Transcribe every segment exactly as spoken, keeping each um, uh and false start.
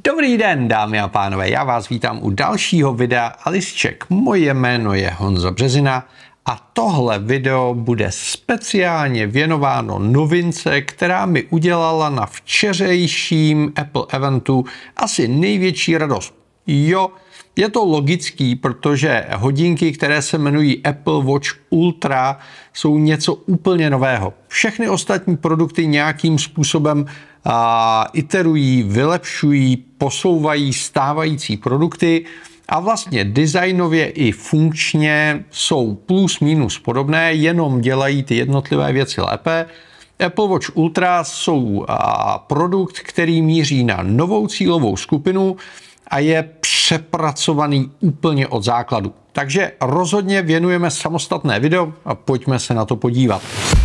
Dobrý den, dámy a pánové, já vás vítám u dalšího videa Alisček. Moje jméno je Honza Březina a tohle video bude speciálně věnováno novince, která mi udělala na včerejším Apple eventu asi největší radost. Jo, je to logický, protože hodinky, které se jmenují Apple Watch Ultra, jsou něco úplně nového. Všechny ostatní produkty nějakým způsobem a, iterují, vylepšují, posouvají stávající produkty a vlastně designově i funkčně jsou plus minus podobné, jenom dělají ty jednotlivé věci lépe. Apple Watch Ultra jsou a, produkt, který míří na novou cílovou skupinu a je přepracovaný úplně od základu. Takže rozhodně věnujeme samostatné video a pojďme se na to podívat.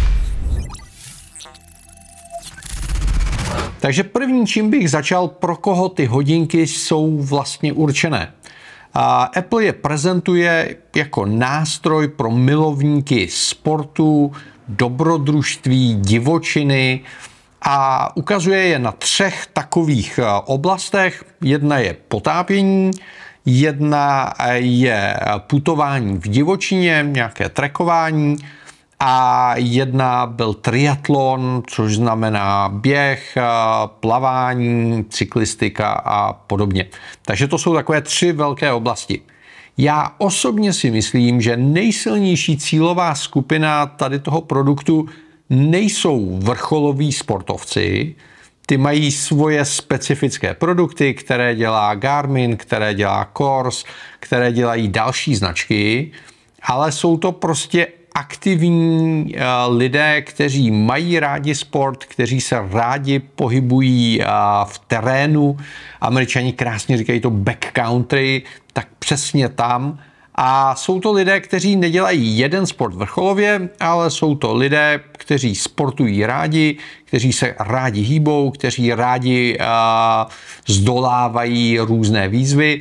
Takže první, čím bych začal, pro koho ty hodinky jsou vlastně určené. A Apple je prezentuje jako nástroj pro milovníky sportu, dobrodružství, divočiny a ukazuje je na třech takových oblastech. Jedna je potápění, jedna je putování v divočině, nějaké trekování a jedna byl triatlon, což znamená běh, plavání, cyklistika a podobně. Takže to jsou takové tři velké oblasti. Já osobně si myslím, že nejsilnější cílová skupina tady toho produktu nejsou vrcholoví sportovci, ty mají svoje specifické produkty, které dělá Garmin, které dělá Course, které dělají další značky, ale jsou to prostě aktivní uh, lidé, kteří mají rádi sport, kteří se rádi pohybují uh, v terénu. Američani krásně říkají to backcountry, tak přesně tam. A jsou to lidé, kteří nedělají jeden sport vrcholově, ale jsou to lidé, kteří sportují rádi, kteří se rádi hýbou, kteří rádi uh, zdolávají různé výzvy.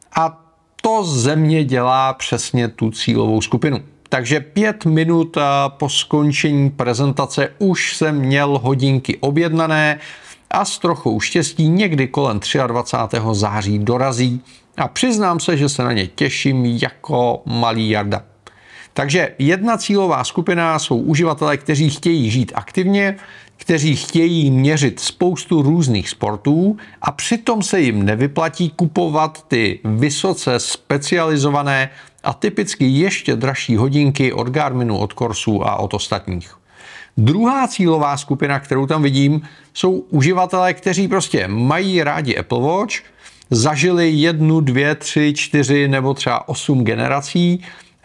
A to ze mě dělá přesně tu cílovou skupinu. Takže pět minut po skončení prezentace už jsem měl hodinky objednané a s trochou štěstí někdy kolem dvacátého třetího září dorazí a přiznám se, že se na ně těším jako malý jarda. Takže jedna cílová skupina jsou uživatelé, kteří chtějí žít aktivně, kteří chtějí měřit spoustu různých sportů a přitom se jim nevyplatí kupovat ty vysoce specializované a typicky ještě dražší hodinky od Garminu, od Coursu a od ostatních. Druhá cílová skupina, kterou tam vidím, jsou uživatelé, kteří prostě mají rádi Apple Watch, zažili jednu, dvě, tři, čtyři nebo třeba osm generací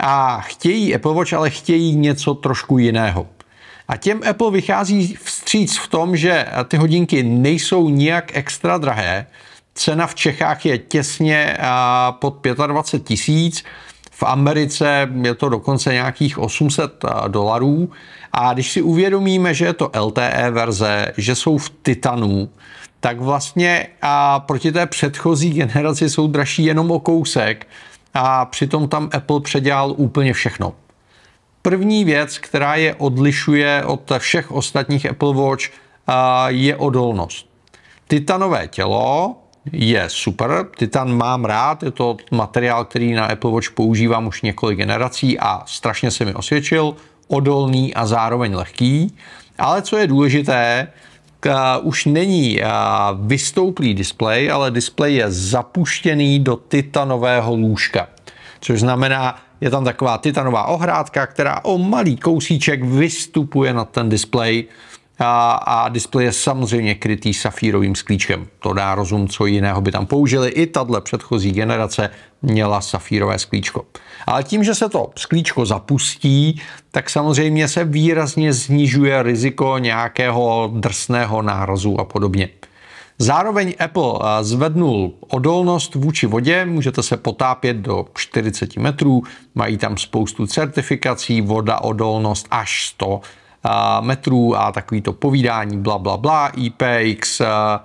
a chtějí Apple Watch, ale chtějí něco trošku jiného. A těm Apple vychází vstříc v tom, že ty hodinky nejsou nijak extra drahé. Cena v Čechách je těsně pod dvacet pět tisíc, v Americe je to dokonce nějakých osm set dolarů. A když si uvědomíme, že je to L T E verze, že jsou v titanu, tak vlastně a proti té předchozí generaci jsou dražší jenom o kousek a přitom tam Apple předělal úplně všechno. První věc, která je odlišuje od všech ostatních Apple Watch, je odolnost. Titanové tělo je super, titan mám rád, je to materiál, který na Apple Watch používám už několik generací a strašně se mi osvědčil, odolný a zároveň lehký, ale co je důležité, už není vystouplý displej, ale displej je zapuštěný do titanového lůžka, což znamená, je tam taková titanová ohrádka, která o malý kousíček vystupuje na ten displej a, a displej je samozřejmě krytý safírovým sklíčkem. To dá rozum, co jiného by tam použili. I tato předchozí generace měla safírové sklíčko. Ale tím, že se to sklíčko zapustí, tak samozřejmě se výrazně snižuje riziko nějakého drsného nárazu a podobně. Zároveň Apple zvednul odolnost vůči vodě, můžete se potápět do čtyřicet metrů, mají tam spoustu certifikací, voda odolnost až sto metrů a takový to povídání bla bla bla, I P X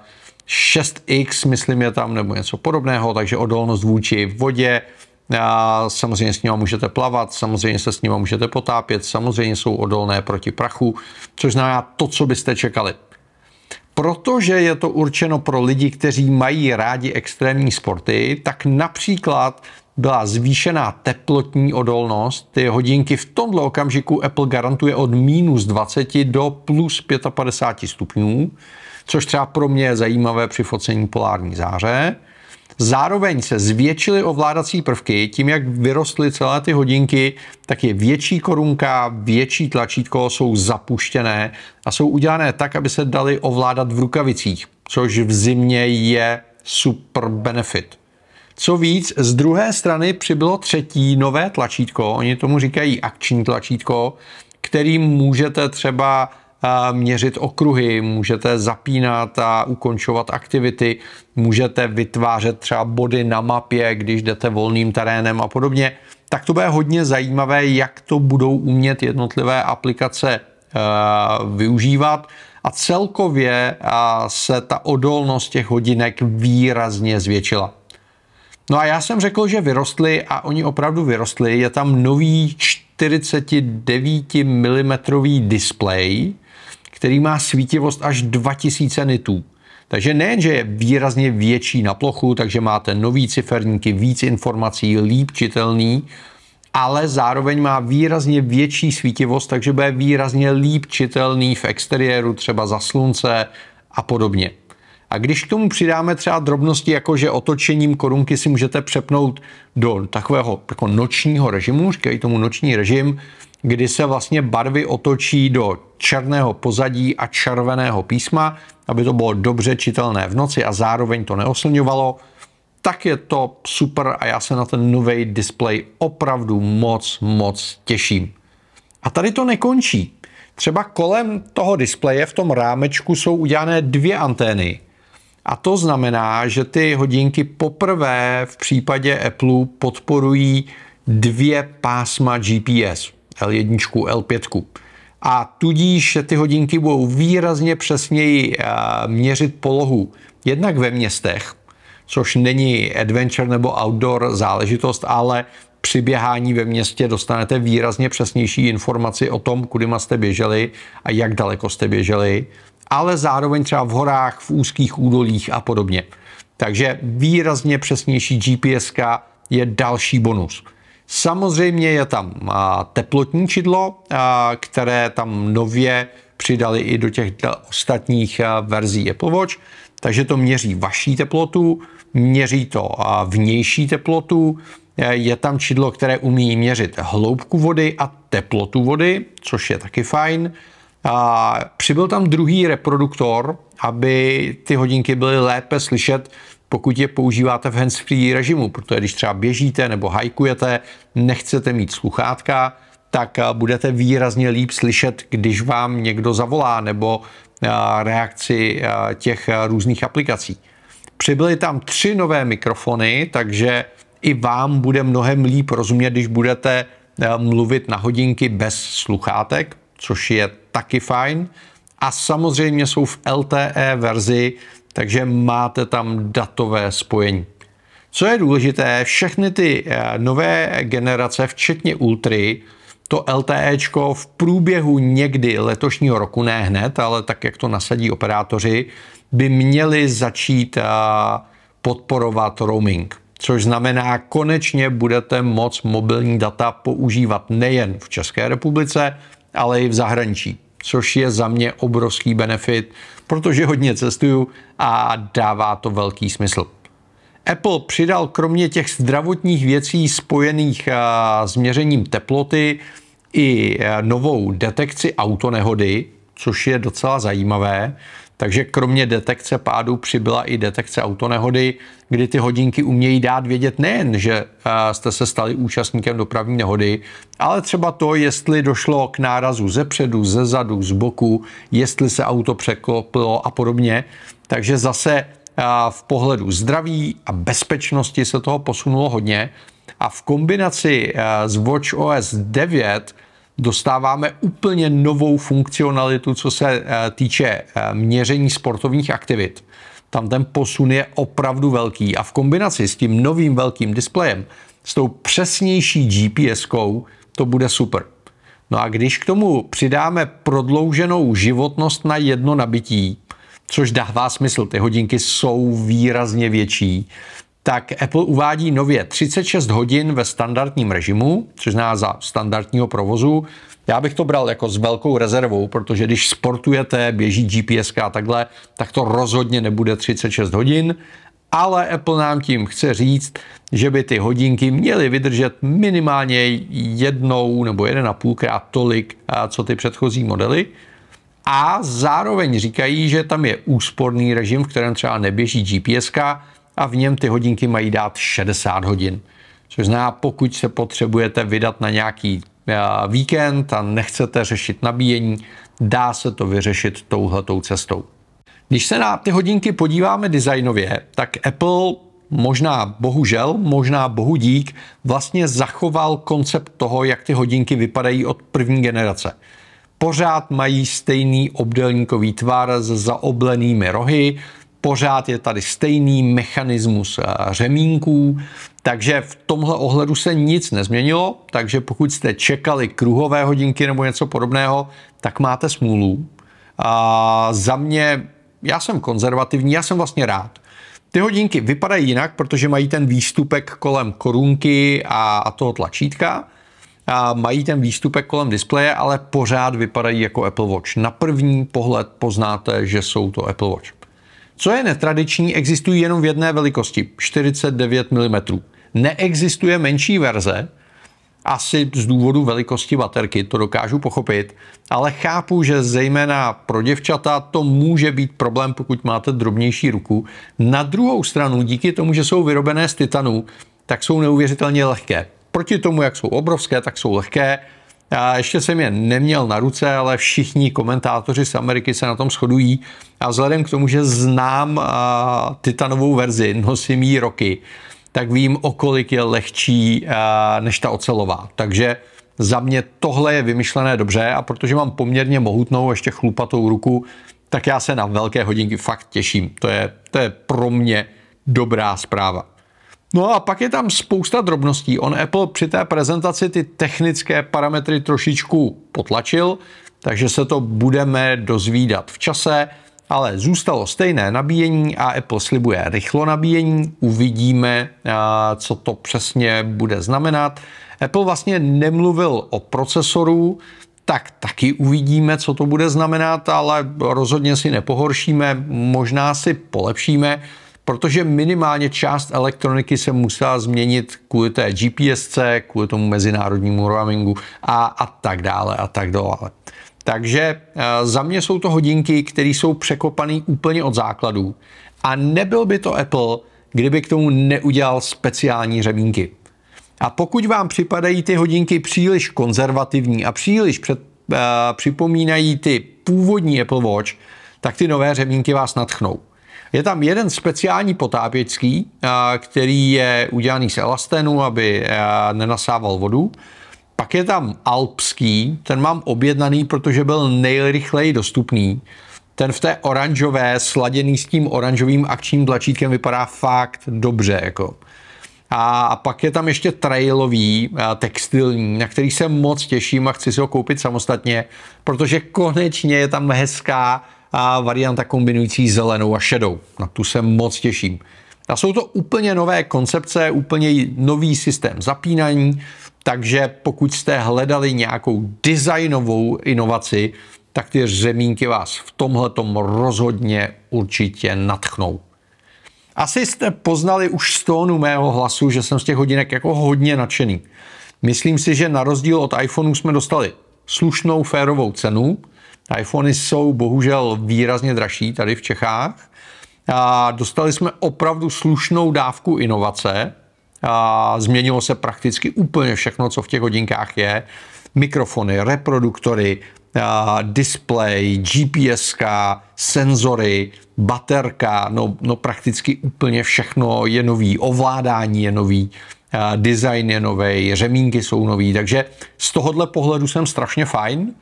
šest X, myslím je tam, nebo něco podobného, takže odolnost vůči vodě, samozřejmě s nimi můžete plavat, samozřejmě se s nimi můžete potápět, samozřejmě jsou odolné proti prachu, což znamená to, co byste čekali. protože je to určeno pro lidi, kteří mají rádi extrémní sporty, tak například byla zvýšená teplotní odolnost. Ty hodinky v tomto okamžiku Apple garantuje od minus dvacet do plus padesát pět stupňů, což třeba pro mě je zajímavé při focení polární záře. Zároveň se zvětšily ovládací prvky, tím jak vyrostly celé ty hodinky, tak je větší korunka, větší tlačítko, jsou zapuštěné a jsou udělané tak, aby se daly ovládat v rukavicích, což v zimě je super benefit. Co víc, z druhé strany přibylo třetí nové tlačítko, oni tomu říkají akční tlačítko, kterým můžete třeba měřit okruhy, můžete zapínat a ukončovat aktivity, můžete vytvářet třeba body na mapě, když jdete volným terénem a podobně. Tak to bude hodně zajímavé, jak to budou umět jednotlivé aplikace uh, využívat a celkově uh, se ta odolnost těch hodinek výrazně zvětšila. No a já jsem řekl, že vyrostly a oni opravdu vyrostly. Je tam nový čtyřicet devět milimetrů displej, který má svítivost až dva tisíce nitů. Takže nejen, že je výrazně větší na plochu, takže máte nový ciferníky, víc informací, líp čitelný, ale zároveň má výrazně větší svítivost, takže bude výrazně líp čitelný v exteriéru, třeba za slunce a podobně. A když k tomu přidáme třeba drobnosti, jako že otočením korunky si můžete přepnout do takového jako nočního režimu, říkají tomu noční režim, kdy se vlastně barvy otočí do černého pozadí a červeného písma, aby to bylo dobře čitelné v noci a zároveň to neoslňovalo, tak je to super a já se na ten nový displej opravdu moc, moc těším. A tady to nekončí. Třeba kolem toho displeje v tom rámečku jsou udělané dvě antény. A to znamená, že ty hodinky poprvé v případě Apple podporují dvě pásma G P S, L jedna, L pět. A tudíž ty hodinky budou výrazně přesněji měřit polohu jednak ve městech, což není adventure nebo outdoor záležitost, ale při běhání ve městě dostanete výrazně přesnější informaci o tom, kudy jste běželi a jak daleko jste běželi, ale zároveň třeba v horách, v úzkých údolích a podobně. Takže výrazně přesnější G P S ka je další bonus. Samozřejmě je tam teplotní čidlo, které tam nově přidali i do těch ostatních verzí Apple Watch, takže to měří vaší teplotu, měří to vnější teplotu, je tam čidlo, které umí měřit hloubku vody a teplotu vody, což je taky fajn. A přibyl tam druhý reproduktor, aby ty hodinky byly lépe slyšet, pokud je používáte v hands-free režimu, protože když třeba běžíte nebo hajkujete, nechcete mít sluchátka, tak budete výrazně líp slyšet, když vám někdo zavolá nebo reakci těch různých aplikací. Přibyly tam tři nové mikrofony, takže i vám bude mnohem líp rozumět, když budete mluvit na hodinky bez sluchátek, což je taky fajn. A samozřejmě jsou v L T E verzi, takže máte tam datové spojení. Co je důležité, všechny ty nové generace, včetně Ultry, to LTEčko v průběhu někdy letošního roku, ne hned, ale tak, jak to nasadí operátoři, by měli začít podporovat roaming. Což znamená, konečně budete moct mobilní data používat nejen v České republice, ale i v zahraničí. Což je za mě obrovský benefit, protože hodně cestuju a dává to velký smysl. Apple přidal kromě těch zdravotních věcí spojených s měřením teploty i novou detekci autonehody, což je docela zajímavé. Takže kromě detekce pádu přibyla i detekce autonehody, kdy ty hodinky umějí dát vědět nejen, že jste se stali účastníkem dopravní nehody, ale třeba to, jestli došlo k nárazu ze předu, ze zadu, z boku, jestli se auto překlopilo a podobně. Takže zase v pohledu zdraví a bezpečnosti se toho posunulo hodně a v kombinaci s watchOS devět dostáváme úplně novou funkcionalitu, co se týče měření sportovních aktivit. Tam ten posun je opravdu velký a v kombinaci s tím novým velkým displejem, s tou přesnější G P S kou, to bude super. No a když k tomu přidáme prodlouženou životnost na jedno nabití, což dává smysl, ty hodinky jsou výrazně větší, tak Apple uvádí nově třicet šest hodin ve standardním režimu, což znamená za standardního provozu. Já bych to bral jako s velkou rezervou, protože když sportujete, běží G P S a takhle, tak to rozhodně nebude třicet šest hodin, ale Apple nám tím chce říct, že by ty hodinky měly vydržet minimálně jednou nebo jeden a půlkrát tolik, co ty předchozí modely. A zároveň říkají, že tam je úsporný režim, v kterém třeba neběží G P S a v něm ty hodinky mají dát šedesát hodin. Což znamená, pokud se potřebujete vydat na nějaký víkend a nechcete řešit nabíjení, dá se to vyřešit touhletou cestou. Když se na ty hodinky podíváme designově, tak Apple možná bohužel, možná bohu dík, vlastně zachoval koncept toho, jak ty hodinky vypadají od první generace. Pořád mají stejný obdélníkový tvar s zaoblenými rohy, pořád je tady stejný mechanismus řemínků, takže v tomhle ohledu se nic nezměnilo, takže pokud jste čekali kruhové hodinky nebo něco podobného, tak máte smůlu. A za mě, já jsem konzervativní, já jsem vlastně rád. Ty hodinky vypadají jinak, protože mají ten výstupek kolem korunky a, a toho tlačítka. A mají ten výstupek kolem displeje, ale pořád vypadají jako Apple Watch. Na první pohled poznáte, že jsou to Apple Watch. Co je netradiční, existují jenom v jedné velikosti, čtyřicet devět milimetrů. Neexistuje menší verze, asi z důvodu velikosti baterky, to dokážu pochopit, ale chápu, že zejména pro děvčata to může být problém, pokud máte drobnější ruku. Na druhou stranu, díky tomu, že jsou vyrobené z titanu, tak jsou neuvěřitelně lehké. Proti tomu, jak jsou obrovské, tak jsou lehké. A ještě jsem je neměl na ruce, ale všichni komentátoři z Ameriky se na tom shodují. A vzhledem k tomu, že znám a, titanovou verzi, nosím ji roky, tak vím, o kolik je lehčí a, než ta ocelová. Takže za mě tohle je vymyšlené dobře a protože mám poměrně mohutnou, ještě chlupatou ruku, tak já se na velké hodinky fakt těším. To je, to je pro mě dobrá zpráva. No a pak je tam spousta drobností. On Apple při té prezentaci ty technické parametry trošičku potlačil, takže se to budeme dozvídat v čase, ale zůstalo stejné nabíjení a Apple slibuje rychlo nabíjení. Uvidíme, co to přesně bude znamenat. Apple vlastně nemluvil o procesoru, tak taky uvidíme, co to bude znamenat, ale rozhodně si nepohoršíme, možná si polepšíme, protože minimálně část elektroniky se musela změnit kvůli té G P S ce, kvůli tomu mezinárodnímu roamingu a, a tak dále a tak dále. Takže za mě jsou to hodinky, které jsou překopané úplně od základů. A nebyl by to Apple, kdyby k tomu neudělal speciální řemínky. A pokud vám připadají ty hodinky příliš konzervativní a příliš před, uh, připomínají ty původní Apple Watch, tak ty nové řemínky vás nadchnou. Je tam jeden speciální potápěčský, uh, který je udělaný z elastenu, aby uh, nenasával vodu. Pak je tam alpský, ten mám objednaný, protože byl nejrychleji dostupný. Ten v té oranžové, sladěný s tím oranžovým akčním tlačítkem, vypadá fakt dobře. Jako. A pak je tam ještě trailový, textilní, na který se moc těším a chci si ho koupit samostatně, protože konečně je tam hezká varianta kombinující zelenou a šedou. Na tu se moc těším. A jsou to úplně nové koncepce, úplně nový systém zapínání, takže pokud jste hledali nějakou designovou inovaci, tak ty řemínky vás v tomhletom rozhodně určitě nadchnou. Asi jste poznali už z tónu mého hlasu, že jsem z těch hodinek jako hodně nadšený. Myslím si, že na rozdíl od iPhoneu jsme dostali slušnou, férovou cenu. iPhony jsou bohužel výrazně dražší tady v Čechách. A dostali jsme opravdu slušnou dávku inovace. A změnilo se prakticky úplně všechno, co v těch hodinkách je. Mikrofony, reproduktory, display, G P S, senzory, baterka, no, no prakticky úplně všechno je nový, ovládání je nový, design je nový, řemínky jsou nový, takže z tohohle pohledu jsem strašně fajn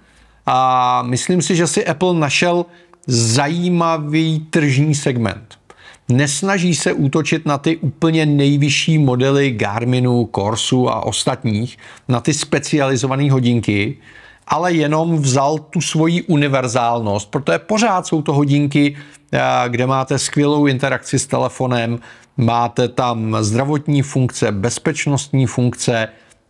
a myslím si, že si Apple našel zajímavý tržní segment. Nesnaží se útočit na ty úplně nejvyšší modely Garminu, Corsu a ostatních, na ty specializované hodinky, ale jenom vzal tu svoji univerzálnost, protože pořád jsou to hodinky, kde máte skvělou interakci s telefonem, máte tam zdravotní funkce, bezpečnostní funkce,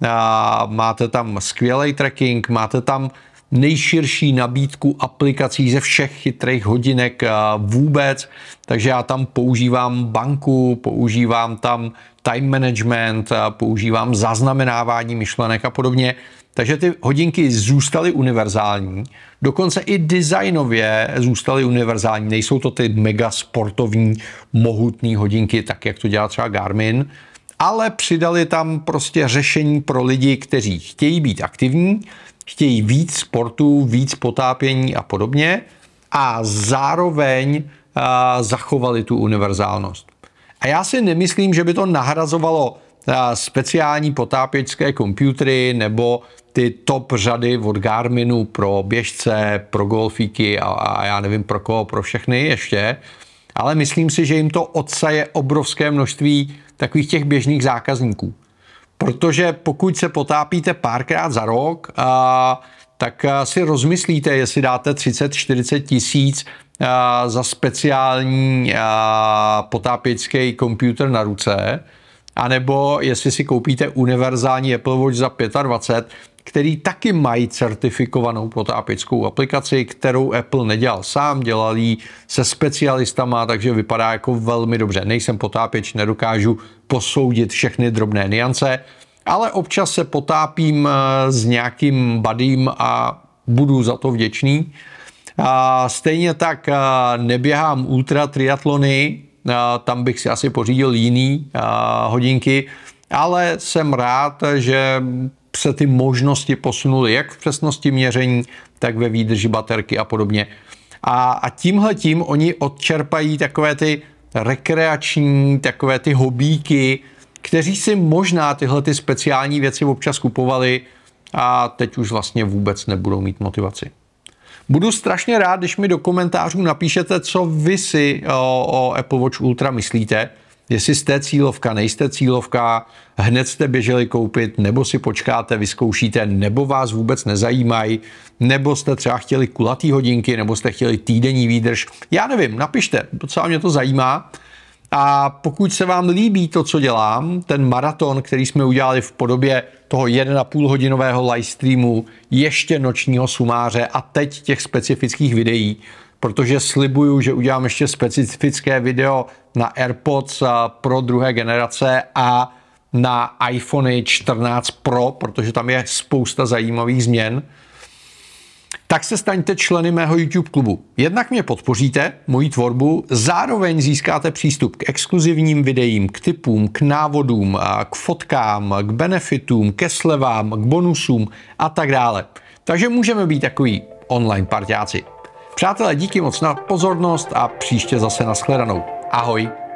máte tam skvělý tracking, máte tam nejširší nabídku aplikací ze všech chytrých hodinek vůbec, takže já tam používám banku, používám tam time management, používám zaznamenávání myšlenek a podobně. Takže ty hodinky zůstaly univerzální, dokonce i designově zůstaly univerzální. Nejsou to ty mega sportovní, mohutné hodinky, tak jak to dělá třeba Garmin, ale přidali tam prostě řešení pro lidi, kteří chtějí být aktivní, chtějí víc sportu, víc potápění a podobně a zároveň a, zachovali tu univerzálnost. A já si nemyslím, že by to nahrazovalo a, speciální potápěčské komputery nebo ty top řady od Garminu pro běžce, pro golfíky a, a já nevím pro koho, pro všechny ještě, ale myslím si, že jim to odsaje obrovské množství takových těch běžných zákazníků. Protože pokud se potápíte párkrát za rok, a, tak si rozmyslíte, jestli dáte třicet čtyřicet tisíc a, za speciální a, potápěčský počítač na ruce, anebo jestli si koupíte univerzální Apple Watch za dvacet pět, který taky mají certifikovanou potápěčskou aplikaci, kterou Apple nedělal sám, dělal ji se specialistama, takže vypadá jako velmi dobře. Nejsem potápěč, nedokážu posoudit všechny drobné niance, ale občas se potápím s nějakým budím a budu za to vděčný. A stejně tak neběhám ultra triatlony, tam bych si asi pořídil jiný hodinky, ale jsem rád, že se ty možnosti posunuly jak v přesnosti měření, tak ve výdrži baterky a podobně. A, a tímhletím oni odčerpají takové ty rekreační, takové ty hobíky, kteří si možná tyhle ty speciální věci občas kupovali a teď už vlastně vůbec nebudou mít motivaci. Budu strašně rád, když mi do komentářů napíšete, co vy si o, o Apple Watch Ultra myslíte. Jestli jste cílovka, nejste cílovka, hned jste běželi koupit, nebo si počkáte, vyzkoušíte, nebo vás vůbec nezajímají, nebo jste třeba chtěli kulatý hodinky, nebo jste chtěli týdenní výdrž. Já nevím, napište, docela mě to zajímá. A pokud se vám líbí to, co dělám, ten maraton, který jsme udělali v podobě toho jeden a půl hodinového livestreamu, ještě nočního sumáře a teď těch specifických videí, protože slibuju, že udělám ještě specifické video na AirPods Pro druhé generace a na iPhone čtrnáct Pro, protože tam je spousta zajímavých změn, tak se staňte členy mého YouTube klubu. Jednak mě podpoříte, moji tvorbu, zároveň získáte přístup k exkluzivním videím, k tipům, k návodům, k fotkám, k benefitům, ke slevám, k bonusům a tak dále. Takže můžeme být takový online parťáci. Přátelé, díky moc na pozornost a příště zase nashledanou. Ahoj!